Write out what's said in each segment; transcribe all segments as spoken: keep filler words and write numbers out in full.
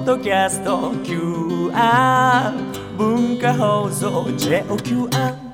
ドキャスト キューアール 文化放送 ジェイオーキューアール。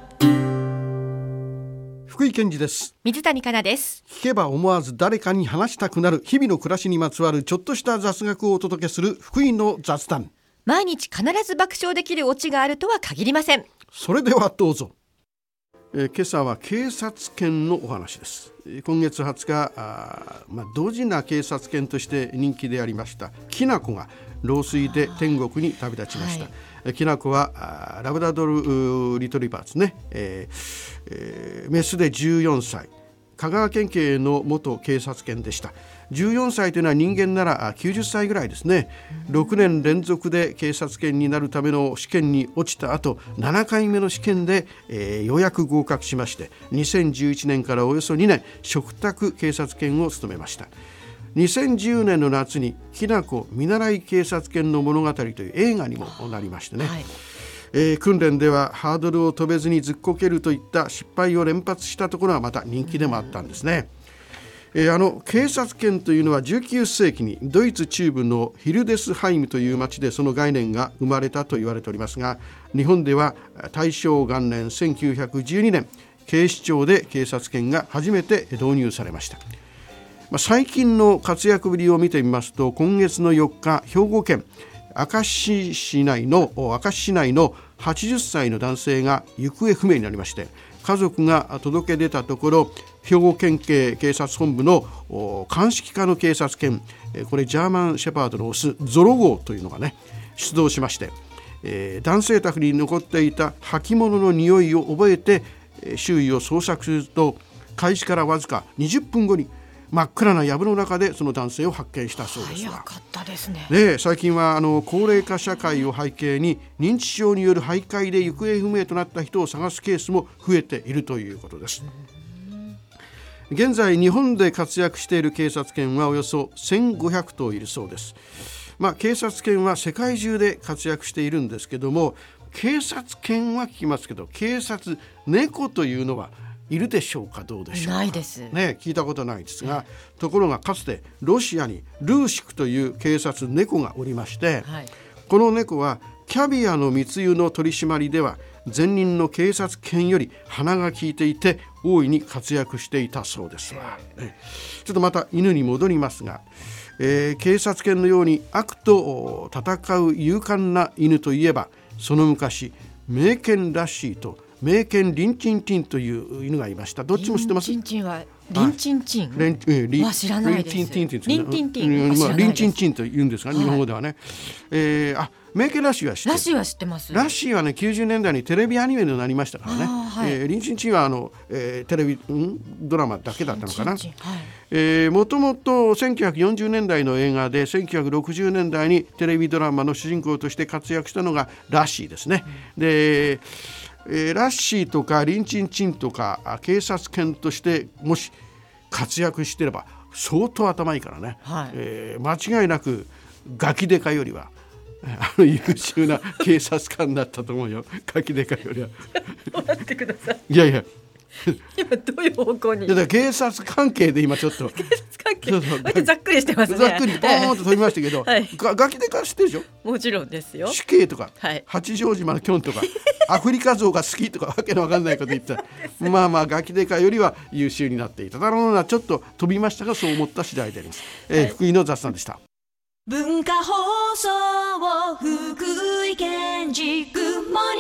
福井健二です。 水谷香奈です。 聞けば思わず誰かに話したくなる日々の暮らしにまつわるちょっとした雑学をお届けする福井の雑談。 毎日必ず爆笑できるオチがあるとは限りません。 それではどうぞ。えー、今朝は警察犬のお話です。今月はつか、あ、まあ、ドジな警察犬として人気でありましたきなこが老衰で天国に旅立ちました。はい、きなこはラブラドルリトリバーですね、えーえー、メスでじゅうよんさい、香川県警の元警察犬でした。じゅうよんさいというのは人間ならきゅうじゅっさいぐらいですね。ろくねん連続で警察犬になるための試験に落ちた後、ななかいめの試験で、えー、ようやく合格しまして、にせんじゅういちねんからおよそにねん嘱託警察犬を務めました。にせんじゅうねんの夏にきなこ見習い警察犬の物語という映画にもなりましてね、はい、えー、訓練ではハードルを飛べずにずっこけるといった失敗を連発したところはまた人気でもあったんですね。えー、あの警察犬というのはじゅうきゅうせいきにドイツ中部のヒルデスハイムという町でその概念が生まれたと言われておりますが、日本では大正元年せんきゅうひゃくじゅうにねん警視庁で警察犬が初めて導入されました。まあ、最近の活躍ぶりを見てみますと、今月のよっか、兵庫県明石市内の明石市内のはちじゅっさいの男性が行方不明になりまして、家族が届け出たところ、兵庫県警警察本部の鑑識課の警察犬、これジャーマンシェパードのオスゾロ号というのがね出動しまして、えー、男性宅に残っていた履物の匂いを覚えて周囲を捜索すると、開始からわずかにじゅっぷんごに真っ暗な藪の中でその男性を発見したそうですが、 早かったですね。 で最近はあの高齢化社会を背景に認知症による徘徊で行方不明となった人を探すケースも増えているということです。現在日本で活躍している警察犬はおよそせんごひゃくとういるそうです。まあ、警察犬は世界中で活躍しているんですけども、警察犬は聞きますけど警察猫というのはいるでしょうか、どうでしょうか。 ないです、 ね、聞いたことないですが、ところがかつてロシアにルーシクという警察猫がおりまして、はい、この猫はキャビアの密輸の取り締まりでは前任の警察犬より鼻が利いていて大いに活躍していたそうですわ、ね、ちょっとまた犬に戻りますが、えー、警察犬のように悪と戦う勇敢な犬といえば、その昔名犬らしいと名犬リンチンチンという犬がいました。どっちも知ってます？ リンチンチンはリンチンチン、はい、 リンリンは知らないです。 リンチンチンリンチンチン、まあ、 リンチンチンと言うんですが、日本語ではね、はい、えー、あ名犬らしいは知ってる。 らしいは知ってます。 らしいはねきゅうじゅうねんだいにテレビアニメになりましたからね、はい、えー、リンチンチンはあの、えー、テレビ、うん、ドラマだけだったのかな。もともとせんきゅうひゃくよんじゅうねんだいの映画でせんきゅうひゃくろくじゅうねんだいにテレビドラマの主人公として活躍したのがらしいですね、うん、でえー、ラッシーとかリンチンチンとか警察犬としてもし活躍してれば相当頭いいからね、はい、えー、間違いなくガキデカよりはあの優秀な警察官だったと思うよ。ガキデカよりは待ってください。 いやいや今どういう方向に。 だから警察関係で今ちょっと警察関係そうそうざっくりしてますね。 ざっくりポーンと飛びましたけど、はい、ガキデカ知ってるでしょ。 もちろんですよ。 死刑とか、 はい、 八丈島のキョンとかアフリカゾウが好きとかわけのわかんないこと言ったらまあまあガキデカよりは優秀になっていただろうな。ちょっと飛びましたがそう思った次第であります、えーはい、福井の雑談でした。 文化放送福井県ジグモニ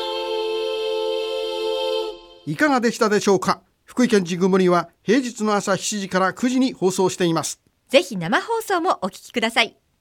ーいかがでしたでしょうか。福井県ジグモニーは平日の朝しちじからくじに放送しています。 ぜひ生放送もお聞きください。